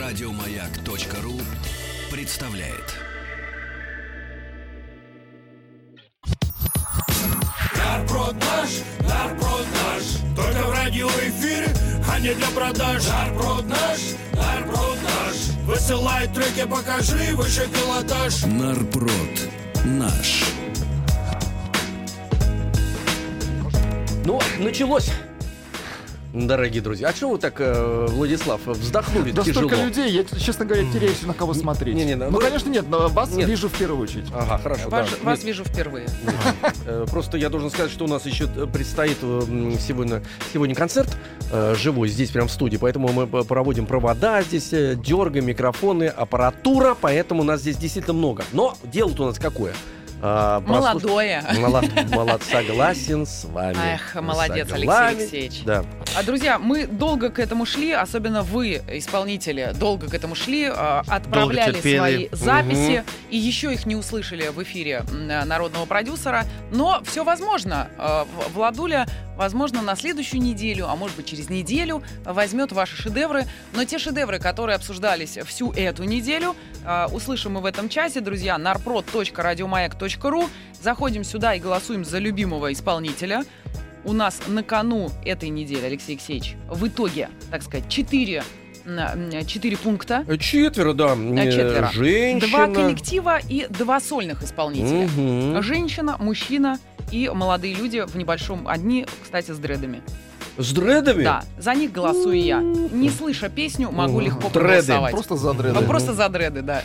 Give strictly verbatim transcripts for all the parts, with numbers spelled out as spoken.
Радиомаяк.ру представляет. Нарброд наш, нарброд наш, только в радиоэфире, а не для продаж. Нарброд наш, нарброд наш, высылай треки, покажи выше пилотаж. Нарброд наш. Ну, началось. Дорогие друзья, а чего вы так, э, Владислав, вздохнули Да тяжело? столько людей, я, честно говоря, теряюсь, на кого смотреть. Не, не, ну, ну, конечно, нет, но вас нет. вижу в первую очередь. Ага, хорошо. Вас, да. вас Нет, вижу впервые. э, Просто я должен сказать, что у нас еще предстоит э, сегодня, сегодня концерт э, живой здесь, прям в студии. Поэтому мы проводим провода здесь, э, дергаем микрофоны, аппаратура. Поэтому у нас здесь действительно много. Но дело-то у нас какое? А, Молодое. Молод, молод, согласен с вами. Эх, молодец, Согласен. Алексей Алексеевич. Да. А, друзья, мы долго к этому шли, особенно вы, исполнители, долго к этому шли, а, отправляли терпели. свои записи, и еще их не услышали в эфире м, народного продюсера. Но все возможно. А, В- Владуля, возможно, на следующую неделю, а может быть через неделю, возьмет ваши шедевры. Но те шедевры, которые обсуждались всю эту неделю, а, услышим мы в этом часе, друзья, нарпрод точка радиомаяк точка ру. Заходим сюда и голосуем за любимого исполнителя. У нас на кону этой недели, Алексей Алексеевич, в итоге, так сказать, четыре, м, четыре пункта. Четверо, да. А, четверо. Женщина. Два коллектива и два сольных исполнителя. Мгм. Женщина, мужчина и молодые люди в небольшом. Одни, кстати, с дредами. С дредами? Да, за них голосую я. Не слыша песню, могу Мгм. легко Дреды. проголосовать. Просто за дреды. А, Просто за дреды, да.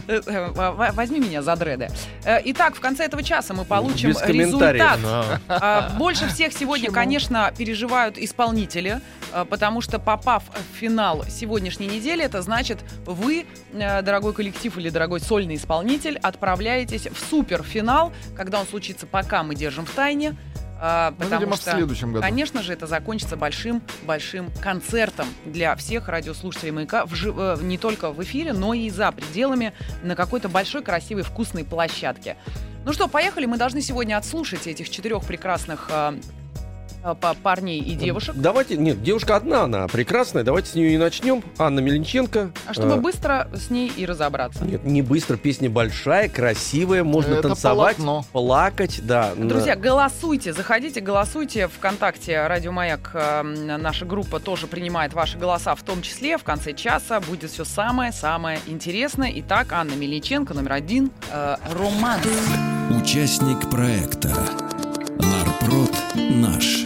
В- Возьми меня за дреды. Э, Итак, в конце этого часа мы получим Без комментариев. результат. Да. А, Больше всех сегодня, Почему? конечно, переживают исполнители, а, потому что, попав в финал сегодняшней недели, это значит, вы, э, дорогой коллектив или дорогой сольный исполнитель, отправляетесь в суперфинал, когда он случится, пока мы держим в тайне. а, Ну, Потому видимо, в что, следующем году. конечно же, это закончится большим-большим концертом для всех радиослушателей «Маяка», в жи- э, не только в эфире, но и за пределами, на какой-то большой, красивой, вкусной площадке. Ну что, поехали. Мы должны сегодня отслушать этих четырех прекрасных э, э, па- парней и девушек. Давайте, нет, девушка одна, она прекрасная. Давайте с нее и начнем. Анна Меленченко. А чтобы Э, быстро с ней и разобраться. Нет, не быстро, песня большая, красивая, можно Это танцевать, полотно. плакать, да. Друзья, голосуйте, заходите, голосуйте. ВКонтакте «Радио Маяк», э, наша группа тоже принимает ваши голоса, в том числе в конце часа будет все самое-самое интересное. Итак, Анна Мельниченко, номер один, э, «Романс». Участник проекта Нарброд наш.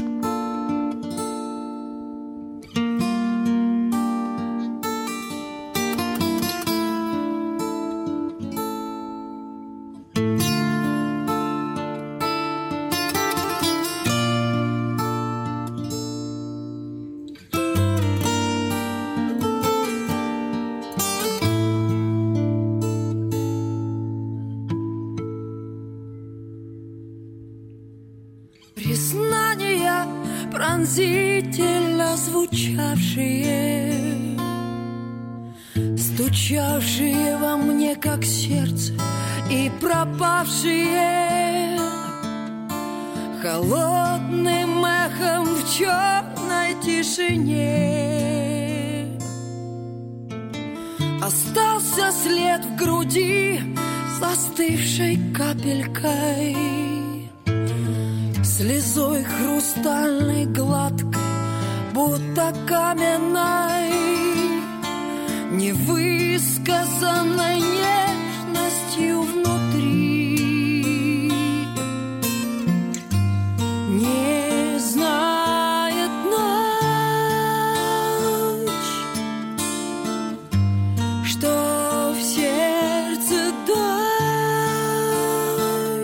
Признания пронзительно звучавшие, стучавшие во мне, как сердце, и пропавшие холодным эхом в черной тишине. Остался след в груди застывшей капелькой, слезой хрустальной, гладкой, будто каменной, невысказанной нежностью внутри. Не знает ночь, что в сердце дождь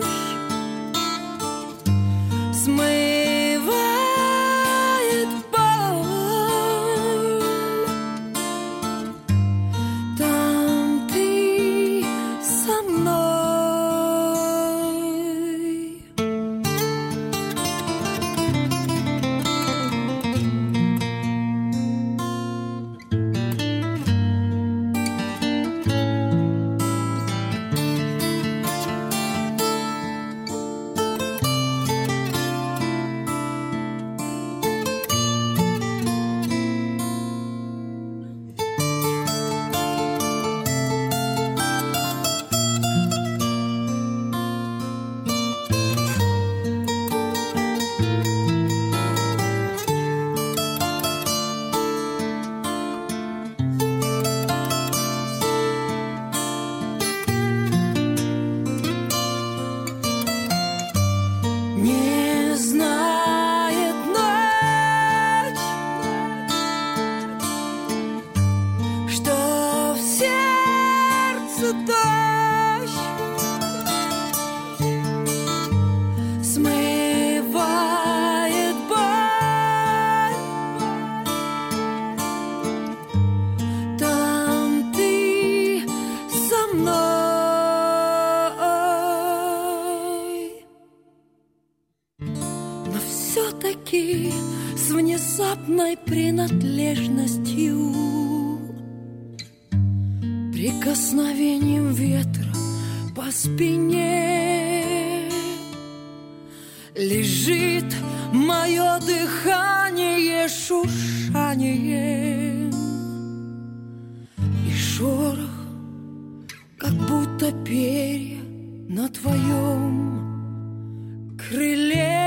смывает боль. Там ты со мной. внезапной принадлежностью, прикосновением ветра по спине лежит мое дыхание шуршанием, и шорох, как будто перья на твоем крыле.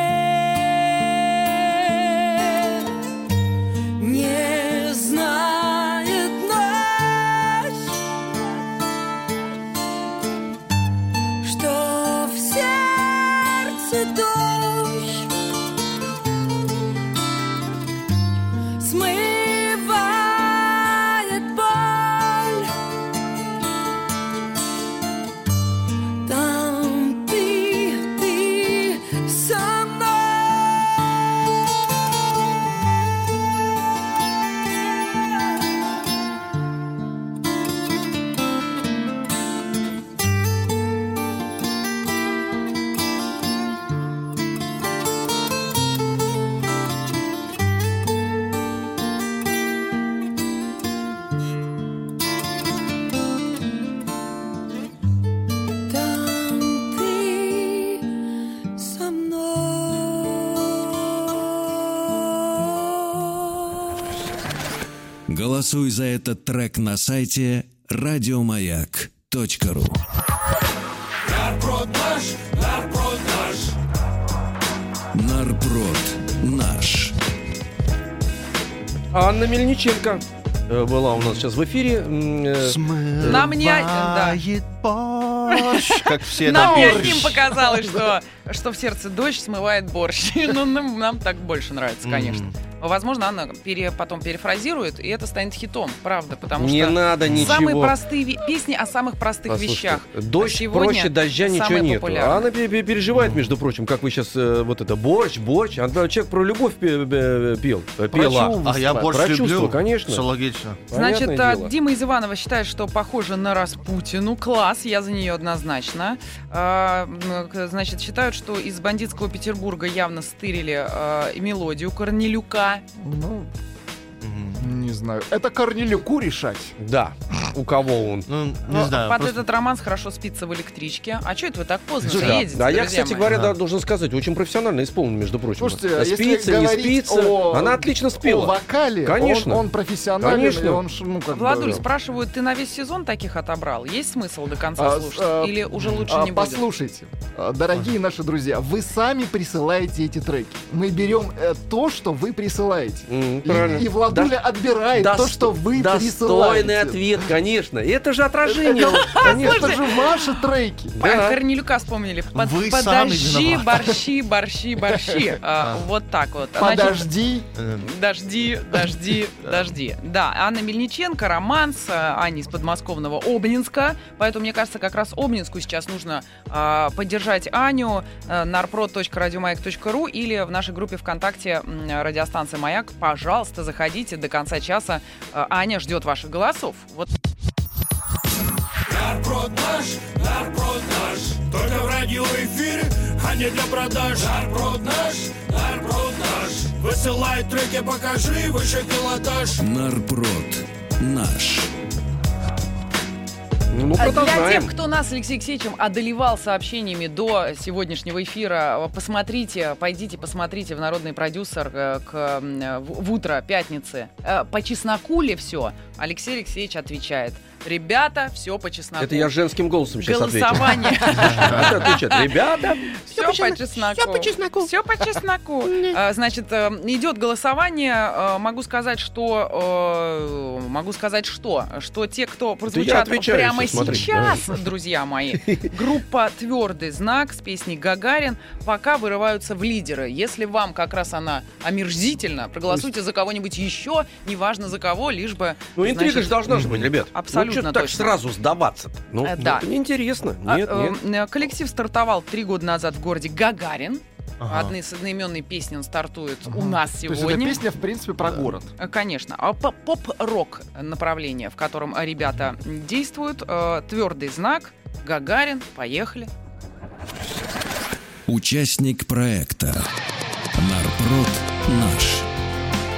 Не знает ночь, что в сердце дождь смывает боль. Там ты, ты со мной. Там ты со мной. Голосуй за этот трек на сайте радиомаяк точка ру. Нарпрод наш, нарпрод наш. Нарпрод наш. Анна Мельниченко э, была у нас сейчас в эфире. М, э, На мне, да. борщ, как все Нам на одним борщ. показалось, что, что в сердце дождь смывает борщ. Ну, нам, нам так больше нравится, конечно. Возможно, Анна пере, потом перефразирует, и это станет хитом, правда, потому Не что надо ничего. самые простые ви- песни о самых простых Послушайте, вещах. дождь А сегодня проще дождя ничего самое нет. популярное. Она пе- пе- переживает, между прочим, как вы сейчас вот это борщ, борщ. Она человек про любовь пе- пе- пел, э, пела. А я борщ Про люблю. чувства, конечно. Все логично. Значит, Понятное а, дело. Дима из Иванова считает, что похоже на Распутину. Класс, я за нее однозначно. А, м, к- значит, считают, что из бандитского Петербурга явно стырили а, и мелодию Корнелюка. Ну, не знаю. Это Корнелюку решать. Да. У кого он? Ну, не Ну, знаю. под просто- этот романс хорошо спится в электричке. А что это вы так поздно Да, едете? да, я, друзья кстати мои? говоря, Да. да, должен сказать, очень профессионально исполнен, между прочим. Слушайте, а если спится, не говорить спится. о- Она отлично О спела. вокале, Конечно. Он, он профессионален, Конечно. и он, ш- ну, как Владуль, бы... спрашивают, ты на весь сезон таких отобрал? Есть смысл до конца А, с- слушать? а, Или уже лучше А, не будет? послушайте, а, дорогие наши друзья, вы сами присылаете эти треки. Мы берем э, то, что вы присылаете. М, И, правильно. и Владуля отбирает то, Дос- что вы Достойный присылаете. ответ, конечно. Это же отражение. Конечно. Это же ваши треки. А, Да. Корнелюка вспомнили. Под- Вы сами подожди, виноваты. борщи, борщи, борщи. А, Вот так вот. Значит, Подожди. Э, Дожди, дожди, дожди. Да, Анна Мельниченко, романс, э, Аня из подмосковного Обнинска. Поэтому, мне кажется, как раз Обнинску сейчас нужно а, поддержать Аню. э, нарпрод точка радиомаяк точка ру или в нашей группе ВКонтакте м, радиостанция «Маяк». Пожалуйста, заходите до конца часа. Э, Аня ждет ваших голосов. Вот. Нарпрод наш, нарпрод наш. Только в радиоэфире, а не для продаж. Нарпрод наш, нарпрод наш. Высылай треки, покажи выше пилотаж. Нарпрод наш. Ну, А Для продолжаем. тех, кто нас с Алексеем Алексеевичем одолевал сообщениями до сегодняшнего эфира, посмотрите, пойдите, посмотрите в «Народный продюсер» э, к, м, в, в утро пятницы. Э, По чесноку ли все? Алексей Алексеевич отвечает: ребята, все по чесноку. Это я женским голосом сейчас ответил. Голосование. Это отвечает. Ребята, Все по чесноку. Все по чесноку. Все по чесноку. А, Значит, э, идет голосование. Э, Могу сказать, что э, могу сказать, что что те, кто прозвучат отвечаю прямо сейчас, смотри. сейчас, друзья мои, группа «Твердый знак» с песней «Гагарин» пока вырываются в лидеры. Если вам как раз она омерзительна, проголосуйте за кого-нибудь еще, неважно за кого, лишь бы. ну интрига значит, же должна же быть, ребят. Абсолютно Ну, что так точно. сразу сдаваться-то? Ну, Э, да. это неинтересно. А, Нет, нет. э, Коллектив стартовал три года назад в городе Гагарин. Ага. Одной с одноименной песни он стартует у нас То есть эта сегодня. песня, в принципе, про город. Э, Конечно. А по- поп-рок направление, в котором э, ребята действуют. Э, Твердый знак. Гагарин. Поехали. Участник проекта. Нарпрод наш.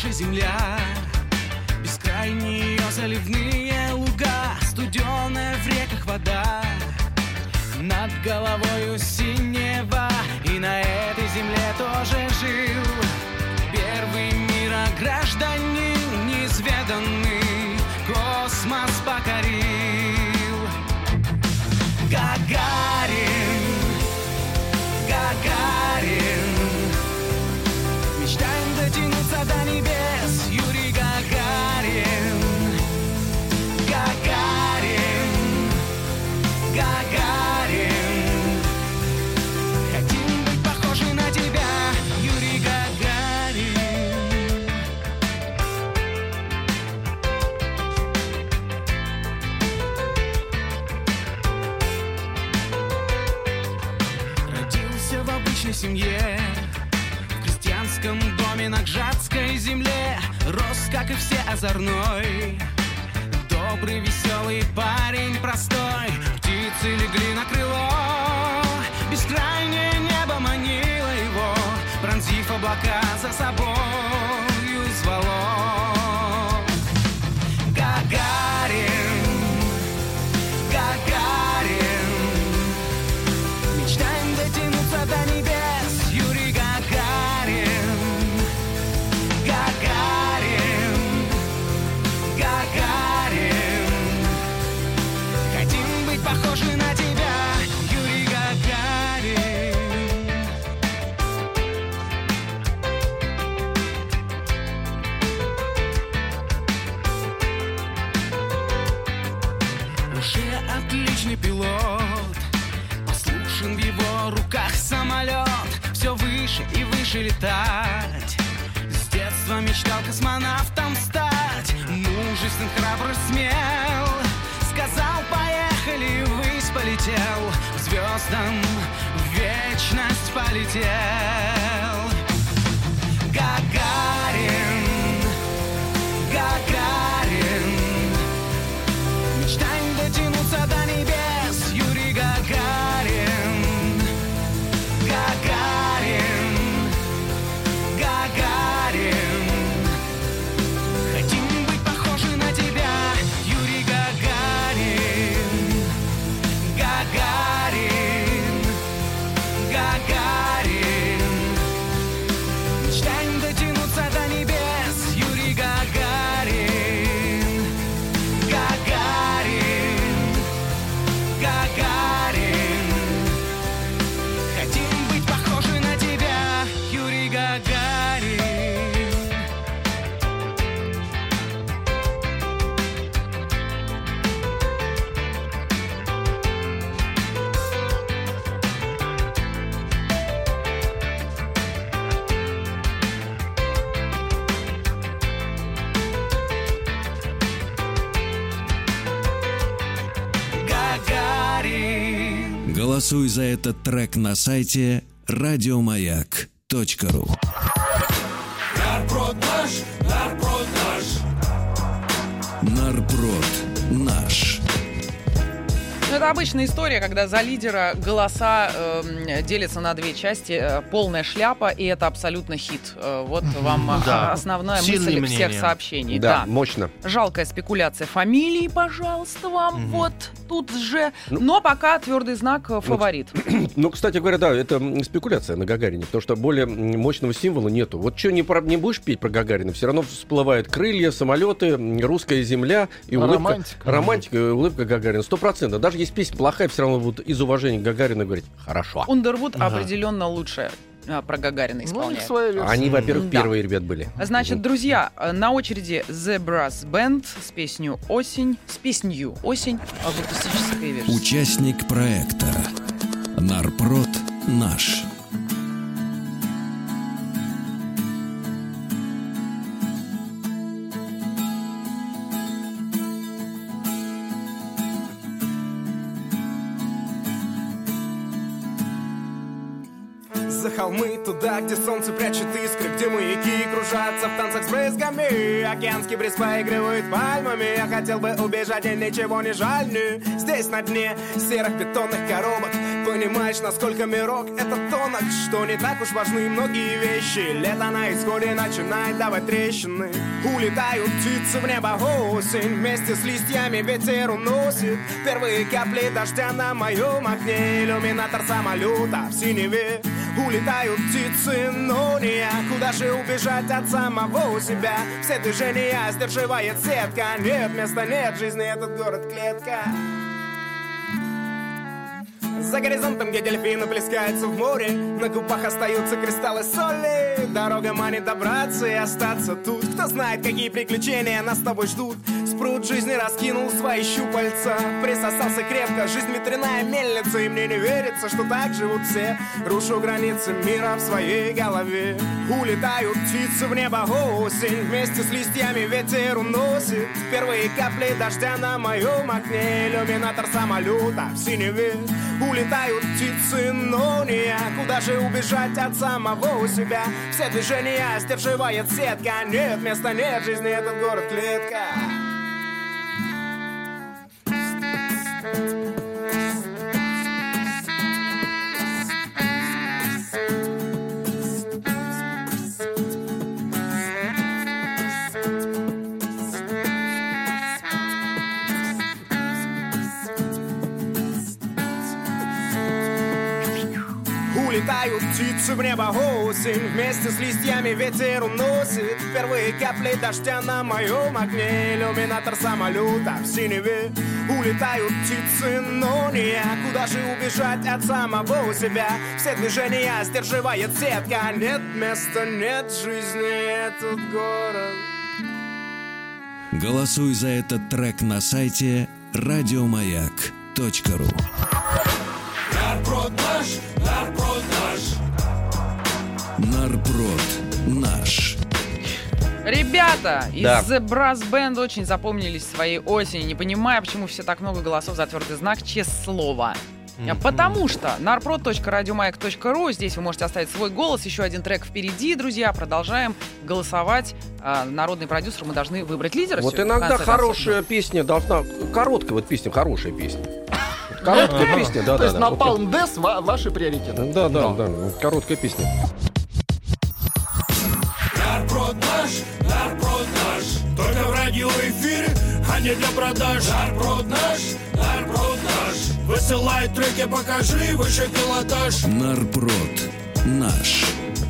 наша земля. Бескрайние ее заливные луга, студеная в реках вода. Над головою синева, и на этой земле тоже жил первый мирогражданин, неизведанный космос покорил. Гагарин, Гагарин, мечтаем дотянуться до небес. Юрий Гагарин, Гагарин, Гагарин, хотим быть похожи на тебя, Юрий Гагарин. Родился в обычной семье, в крестьянском доме на Гжатской земле. Рос, как и все, озорной, добрый, веселый парень простой. Птицы легли на крыло, бескрайнее небо манило его, пронзив облака за собою звало. Гагарин, Гагарин, мечтаем дотянуться до небес. Юрий Гагарин, Гагарин, Гагарин, хотим быть похожи на тебя, Юрий Гагарин. Уже отличный пилот, послушен в его руках самолет, все выше и выше летать. С детства мечтал космонавтом стать, мужествен, храбр, смел. Сказал, поехали, ввысь полетел, к звездам в вечность полетел. Гагарин, Гагарин, мечтаем дотянуться до небес. Юрий Гагарин, Гагарин, Гагарин, хотим быть похожи на тебя, Юрий Гагарин. Гагарин, Гагарин, мечтаем дотянуться до небес. Юрий Гагарин, Гагарин, Гагарин, хотим быть похожи на тебя, Юрий Гагарин. Гагарин. Голосуй за этот трек на сайте радиомаяк точка ру. Нарпрод наш, нарпрод наш. Нарпрод наш. Ну, это обычная история, когда за лидера голоса э, делятся на две части. Э, полная шляпа, и это абсолютно хит. Э, вот вам э, Да. основная Сильные мысль всех мнения. сообщений. Да, Да. мощно. Жалкая спекуляция фамилии, пожалуйста, вам вот тут же. Ну, Но пока твердый знак э, фаворит. Ну, кстати говоря, да, это м, спекуляция на Гагарине, потому что более м, мощного символа нету. Вот что не, про- не будешь петь про Гагарина, все равно всплывают крылья, самолеты, м, русская земля и улыбка. Романтика. Романтика и улыбка Гагарина. Сто процентов. Даже если песня плохая, все равно будут из уважения к Гагарину говорить «хорошо». Ундервуд определенно лучше э, про Гагарина Ну, у них исполняет. своя версия. Они, во-первых, Да. первые ребят были. Значит, друзья, э, на очереди The Brass Band с песней «Осень», с песнью «Осень», в акустической версии. Участник проекта Нарпрод наш. За холмы туда, где солнце прячет искры, где маяки кружатся в танцах с брызгами. Океанский бриз поигрывает пальмами. Я хотел бы убежать, и ничего не жаль. Здесь на дне серых бетонных коробок Понимаешь, насколько мирок это тонок, что не так уж важны многие вещи. Лето на исходе начинает давать трещины. Улетают птицы в небо, осень. Вместе с листьями ветер уносит первые капли дождя на моем окне. Иллюминатор самолета в синеве. Улетают птицы, но не я. Куда же убежать от самого себя? Все движения сдерживает сетка. Нет места, нет жизни, этот город клетка. За горизонтом, где дельфины плескаются в море, на губах остаются кристаллы соли. Дорога манит добраться и остаться тут. Кто знает, какие приключения нас с тобой ждут. Спрут жизни раскинул свои щупальца, присосался крепко, жизнь ветряная мельница. И мне не верится, что так живут все. Рушу границы мира в своей голове. Улетают птицы в небо, осень. Вместе с листьями ветер уносит первые капли дождя на моем окне. Иллюминатор самолета в синеве. Улетают птицы, но не я. Куда же убежать от самого себя? Все движения сдерживает сетка. Нет места, нет жизни, этот город клетка. Улетают птицы в небо, осень. Вместе с листьями ветер уносит первые капли дождя на моем окне. Иллюминатор самолета в синеве. Улетают птицы, но не я. Куда же убежать от самого себя? Все движения сдерживает сетка. Нет места, нет жизни, этот город. Голосуй за этот трек на сайте радиомаяк точка ру. Нарпрод наш, нарпрод наш. Нарпрод наш. Ребята из Да. The Brass Band очень запомнились своей осенью. Не понимаю, почему все так много голосов за твердый знак, честное слово. Потому что нарпрод точка радиомаяк точка ру. Здесь вы можете оставить свой голос. Еще один трек впереди, друзья. Продолжаем голосовать. А, народный продюсер, мы должны выбрать лидера. Вот сегодня, в иногда конце концов. хорошая песня должна... Короткая вот песня, хорошая песня. Короткая песня, да, То да. есть да. Napalm Death ва- ваши приоритеты. Да, да, да, короткая песня. Нарпрод наш, нарпрод наш. Только в радиоэфире, а не для продаж. Нарпрод наш, нарпрод наш. Высылай треки, покажи выше пилотаж. Нарпрод наш.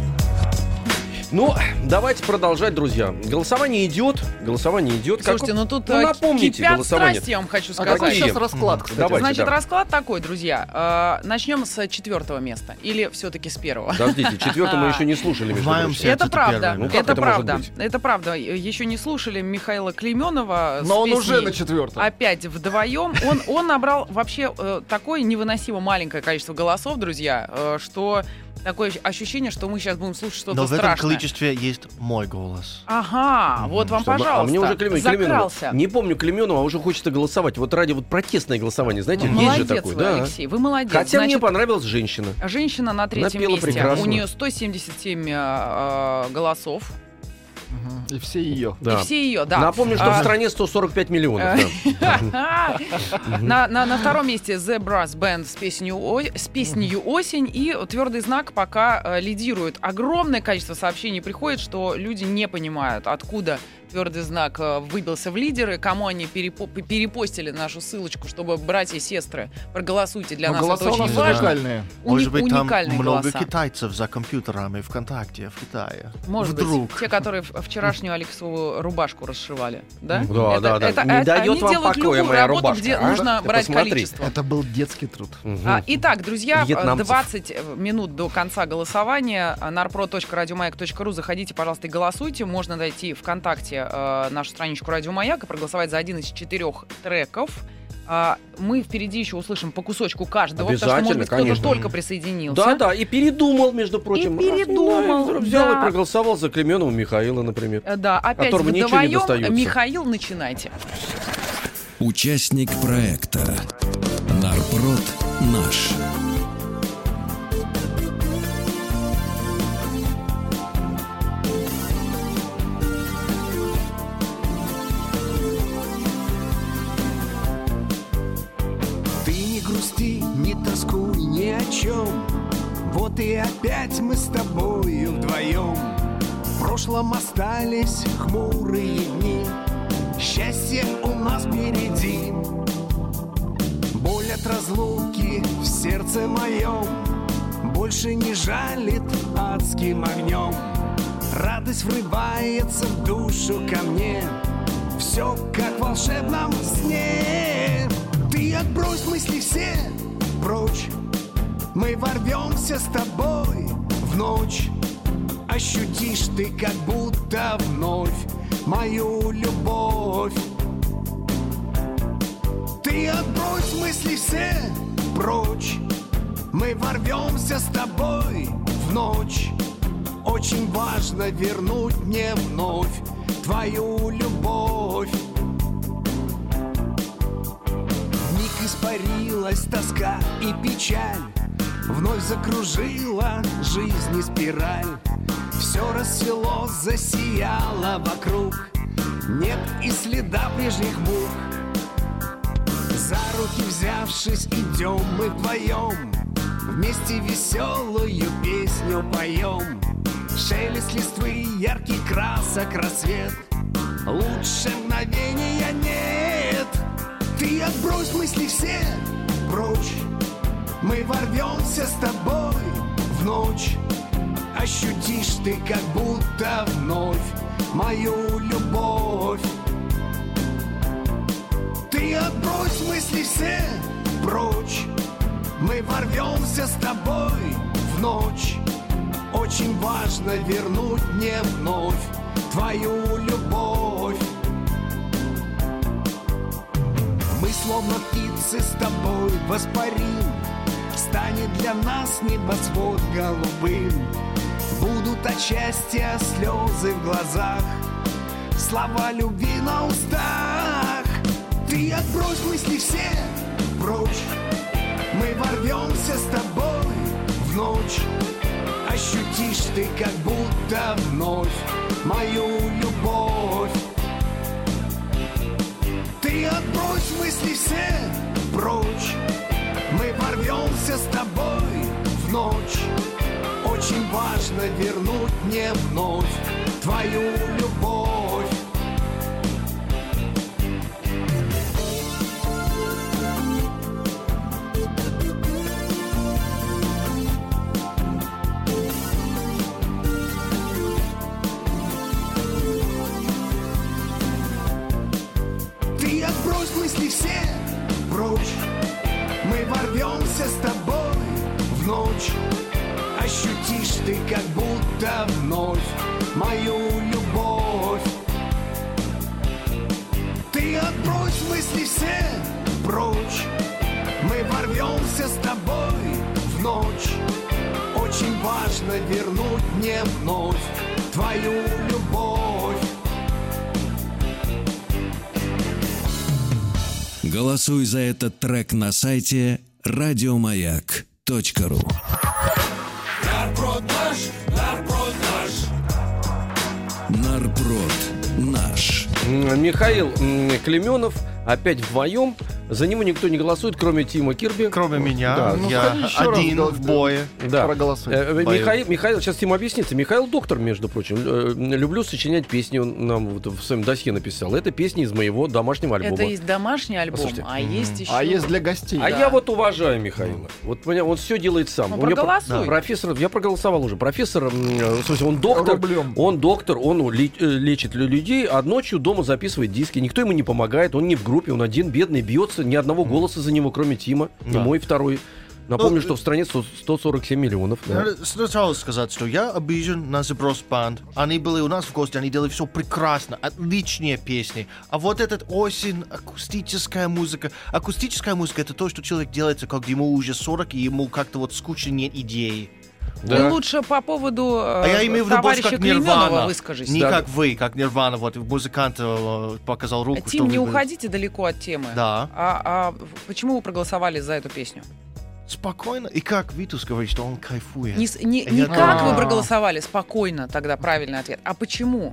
Ну, давайте продолжать, друзья. Голосование идет. Голосование идет. Слушайте, Как- ну тут ну, э, напомните кипят голосование. страсти, я вам хочу А сказать. какой Какие? сейчас расклад, кстати? Давайте, Значит, да. расклад такой, друзья. Э, начнем с четвертого места. Или все-таки с первого? Подождите, четвертый мы еще не слушали, между В моем прочим. сердце Это это правда, первое. Ну, как это это может правда, быть? это правда. Еще не слушали Михаила Клейменова. с Но он песней уже на четвертом. Опять вдвоем. Он, он набрал вообще э, такое невыносимо маленькое количество голосов, друзья, э, что такое ощущение, что мы сейчас будем слушать что-то Но в этом страшное. количестве есть мой голос. Ага, вот вам, Что, ну, пожалуйста. А мне уже Клемен- Клеменова. Закрался. Не помню Клеменова, а уже хочется голосовать. Вот ради вот протестное голосование, знаете, есть Молодец же такое, вы, да. Алексей, вы молодец. Хотя мне Значит, понравилась женщина. женщина на третьем Напела месте. прекрасно. У нее сто семьдесят семь э, э, голосов. И все ее. Да. И все ее, да. Напомню, что А, в стране сто сорок пять миллионов. да. На, на, на втором месте The Brass Band с песней, о- с песней «Осень». И твердый знак пока э, лидирует. Огромное количество сообщений приходит, что люди не понимают, откуда твердый знак э, выбился в лидеры, кому они перепо- перепостили нашу ссылочку, чтобы братья и сестры, проголосуйте. Для Но нас голоса это у очень нас важно. уникальные. Уни- Может быть, там уникальные много голоса. китайцев за компьютерами ВКонтакте в Китае. Может Вдруг. быть, те, которые в- вчерашнюю Алексову рубашку расшивали, да? Да, Это- да, да. это- Не а- дает они вам делают покоя любую моя работу, рубашка, где а? нужно Ты брать посмотри. количество. Это был детский труд. Мгм. А, итак, друзья, Вьетнамцев. двадцать минут до конца голосования. нарпрод точка радиомаяк точка ру. Заходите, пожалуйста, и голосуйте. Можно найти ВКонтакте э, нашу страничку Радио Маяк и проголосовать за один из четырех треков. А, мы впереди еще услышим по кусочку каждого, потому что, может Обязательно, быть, кто-то конечно. только присоединился. Да, да, и передумал, между прочим. И передумал, Раз, взял да. и проголосовал за Клеменова Михаила, например. Э, Да, опять Которому ничего не вдвоем. достается. Михаил, начинайте. Участник проекта Нарпрод наш. Ты не грусти, не тоскуй, не опять мы с тобою вдвоем. В прошлом остались хмурые дни, счастье у нас впереди. Боль от разлуки в сердце моем больше не жалит адским огнем. Радость врывается в душу ко мне, все как в волшебном сне. Ты отбрось мысли все прочь, мы ворвемся с тобой в ночь. Ощутишь ты как будто вновь мою любовь. Ты отбрось мысли все прочь, мы ворвемся с тобой в ночь. Очень важно вернуть мне вновь твою любовь. Вмиг испарилась тоска и печаль, вновь закружила жизнь и спираль. Все расцвело, засияло вокруг, нет и следа прежних мук. За руки взявшись, идем мы вдвоем, вместе веселую песню поем. Шелест листвы, яркий красок, рассвет, лучше мгновения нет. Ты отбрось мысли все прочь, мы ворвемся с тобой в ночь. Ощутишь ты как будто вновь мою любовь. Ты отбрось мысли все прочь, мы ворвемся с тобой в ночь. Очень важно вернуть мне вновь твою любовь. Мы словно птицы с тобой воспарим, станет для нас небосвод голубым. Будут от счастья слезы в глазах, слова любви на устах. Ты отбрось мысли все прочь, мы ворвемся с тобой в ночь. Ощутишь ты как будто вновь мою любовь. Ты отбрось мысли все прочь, мы ворвемся с тобой в ночь. Очень важно вернуть мне вновь твою любовь. Ты отбрось мысли все прочь, мы ворвемся с тобой в ночь. Ощутишь ты как будто вновь мою любовь. Ты отбрось мысли все прочь, мы ворвемся с тобой в ночь. Очень важно вернуть мне вновь твою любовь. Голосуй за этот трек на сайте радиомаяк точка ру. Нарброд наш, нарброд наш. Нарброд наш. М, Михаил м, Клеменов опять вдвоем. За него никто не голосует, кроме Тима Кирби. Кроме меня, Да, ну, я сходи еще раз, один да, в бое. Да. Проголосуй. Э, Бою. Михаил, Михаил, сейчас Тима объяснится. Михаил доктор, между прочим. Э, Люблю сочинять песни, он нам вот в своем досье написал. Это песни из моего домашнего альбома. Это есть домашний альбом, Послушайте. а есть еще... А есть для гостей. А Да. я вот уважаю Михаила. Вот поня- он все делает сам. Ну, У него про- проголосуй. профессор, я проголосовал уже. Профессор, м, в смысле, он доктор. Рублем. Он доктор, он ле- э, лечит лю- людей, а ночью дома записывает диски. Никто ему не помогает, он не в группе, он один, бедный, бьется, ни одного голоса за него, кроме Тима. И Да. мой второй. Напомню, Ну, что в стране сто- сто сорок семь миллионов. Да. Надо сначала сказать, что я обижен на The Bros Band. Они были у нас в гости, они делали все прекрасно, отличные песни. А вот этот осень, акустическая музыка. Акустическая музыка — это то, что человек делает, когда ему уже сорок, и ему как-то вот скучно, нет идеи. Ты лучше по поводу э, А я имею в виду больше товарища как Клейменова Нирвана. выскажись. Не Да. как вы, как Нирвана. Вот музыкант э, показал руку. что Тим, не вы- уходите далеко от темы. Да. А, а почему вы проголосовали за эту песню? Спокойно. И как Витус говорит, что он кайфует. Не, с- не, Я не думаю- как вы А. проголосовали, спокойно тогда правильный ответ. А почему?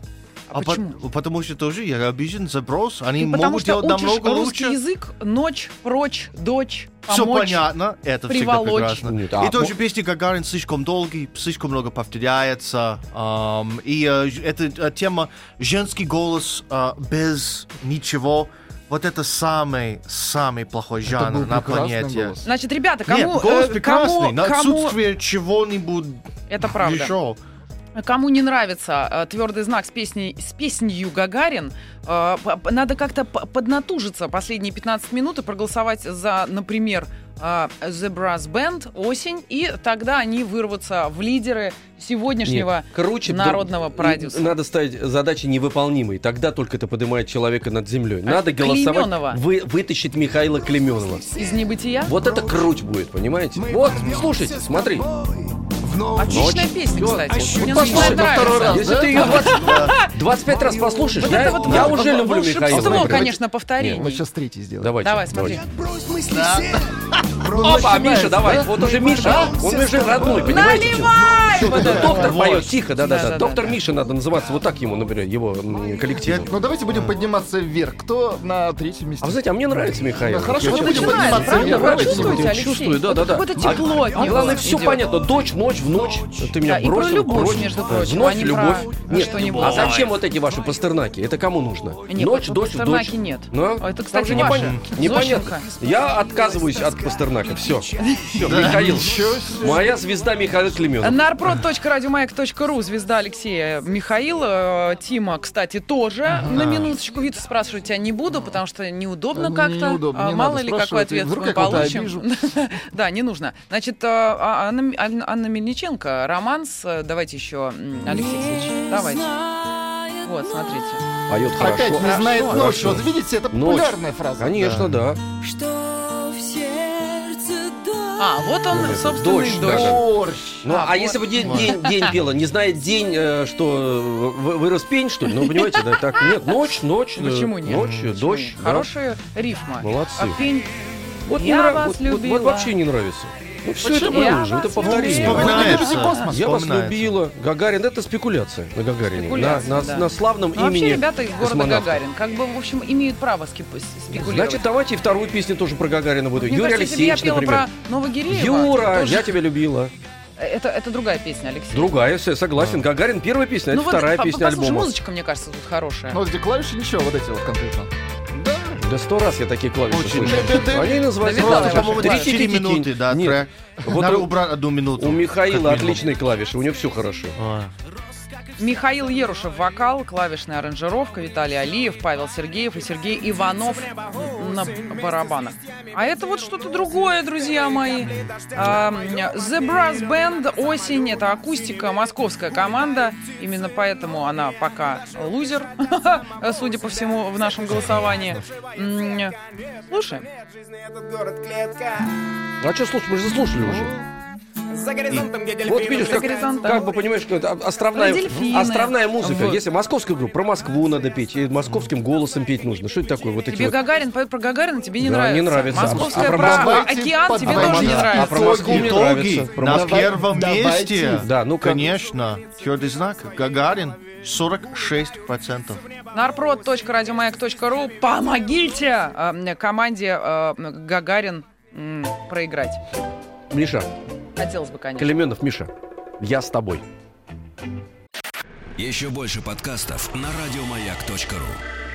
А, А почему? по- потому что тоже я обижен заброс. Они Ты потому могут что делать учишь намного русский лучше. язык, ночь, прочь, дочь, Все помочь. понятно, это приволочь. всегда прекрасно. Нет, а и тоже мо- песни Гагарин слишком долгий, слишком много повторяется. ам, и э, ж- эта э, тема женский голос э, без ничего. Вот это самый, самый плохой Это жанр был на прекрасный планете. голос. Значит, ребята, кому... Нет, голос э, прекрасный, кому- на кому- отсутствие чего-нибудь Это правда. еще. Кому не нравится э, твердый знак с песней с песнью Гагарин, э, п- п- надо как-то п- поднатужиться последние пятнадцать минут и проголосовать за, например, э, The Brass Band «Осень», и тогда они вырвутся в лидеры сегодняшнего Нет, круче народного да, продюсера. Надо ставить задачи невыполнимой. Тогда только это поднимает человека над землей. А Надо голосовать, Клейменова? вы, вытащить Михаила Клейменова. Из небытия. Вот это круть будет, понимаете? Вот, слушайте, смотри. Отличная Ночь. песня, Всё. кстати. Вот Мне послушай, начинает во второй нравиться. раз. Если ты ее двадцать, двадцать пять раз послушаешь, Вот я, это вот я вол- уже люблю волшебство, Михаила. Давайте. конечно, повторений. Мы сейчас третий сделаем. Давайте. Давай, смотри. Опа, Миша, давай. Вот уже Миша, он уже родной, понимаете? Наливай! Всё, Вот это это. доктор Вот. поет, тихо, да-да-да. Да-да-да. Доктор Миша надо называться, вот так ему, например, его м, коллективу. Ну давайте будем подниматься вверх. Кто на третьем месте? А вы знаете, а мне нравится Михаил. Да, хорошо, Я мы очень будем люблю. подниматься правда? вверх. Вы Давайте чувствуете, будем. Алексей? Чувствую, да, Вот да, да. какое-то тепло от А него главное, все идет. понятно. Дочь, ночь, в ночь. Ты меня Да, и про бросил, любовь, бросил. между Да, прочим, Вновь а не любовь. про Нет, что-нибудь. а зачем вот эти ваши пастернаки? Это кому нужно? Нет, Ночь, вот дождь, Пастернаки дочь. нет. Ну, А это, там кстати, же ваши. непонятно. Непонятно. Зощенко. Я отказываюсь от Пастернака. Все. Все, Михаил. Моя звезда Михаил Клейменов. нарпрод точка радиомаяк точка ру, звезда Алексея Михаил. э, Тима, кстати, тоже. На минуточку. Виту спрашивать тебя не буду, потому что неудобно Мне как-то. неудобно, А, не Мало надо ли, какой спрашивать. ответ Вдруг мы я кого-то получим. обижу. Да, не нужно. Значит, э, а- Анна, Ан- Анна Мельниченко, романс. э, Давайте еще, м, Алексей Алексеевич, давайте. Вот, смотрите. Поет хорошо. Опять не знает Хорошо. ночь. Вот видите, это Ночь. популярная фраза. Конечно, да. Что в сердце А, вот он, Ну, это собственный дождь, дождь. да. Борщ. Ну, А, а, вот. если бы день, день, день пела, не знает день, э, что э, вы- вырос пень, что ли? Ну, понимаете, да, так, нет, ночь, ночь, э, Почему нет? ночь, э, Почему дождь. нет? да. Хорошая рифма. Молодцы. А пень... Вот, не Я нрав- вас вот- вот- вот любила. вообще не нравится. Ну, все это Почему? Я было уже, это вас повторение. любила. Вспоминается. Я вас Вспоминается. любила. Гагарин, это спекуляция на Гагарине. Спекуляция, на, на- да. на славном Ну, вообще, имени ребята из города космонавта. Гагарин, как бы, в общем, имеют право скип- спекулировать. Значит, давайте и вторую песню тоже про Гагарина буду. Мне Юрий кажется, если бы Алексеевич, я пела например. про Новогиреева... Юра, тоже- я тебя любила. Это, это другая песня, Алексей. Другая, я согласен. Гагарин первая песня, Ну это вот, вторая по- песня послушай, альбома. музычка, мне кажется, тут хорошая. Ну, вот эти клавиши ничего, вот эти вот конкретно. Да сто раз я такие клавиши Очень. слышал. Они называются Да, видала клавиши. я По-моему, ваши Трики, четыре тики, минуты, да, Нет. трек. Вот Надо у- убрать одну минуту. У Михаила как минимум. отличные клавиши, у него все хорошо. А. Михаил Ерушев — вокал, клавишная аранжировка, Виталий Алиев, Павел Сергеев и Сергей Иванов на барабанах. А это вот что-то другое, друзья мои. А, The Brass Band «Осень» — это акустика, московская команда. Именно поэтому она пока лузер, судя по всему, в нашем голосовании. М, Слушаем. А что слушать? Мы же заслушали уже. За горизонтом, где Вот дельфины видишь, как, горизонтом. как бы понимаешь, что это островная, Про дельфины. островная музыка. Вот. Если московская группа, про Москву надо петь, и московским голосом петь нужно. Что это такое? Вот эти Тебе вот. Гагарин поет про Гагарина, тебе не Да, нравится. не нравится. Московская А про про Москву? океан тебе Давайте тоже не подводить. нравится. А про Москву мне Итоги нравится. Про на Москву. первом давайте. месте. Да, ну как- Конечно. Твердый знак. Гагарин. сорок шесть процентов. нарпрод точка радиомаяк точка ру. Помогите э, команде э, Гагарин м, проиграть. Миша, Хотелось бы, конечно. Клейменов, Миша, я с тобой. Еще больше подкастов на радиомаяк точка ру.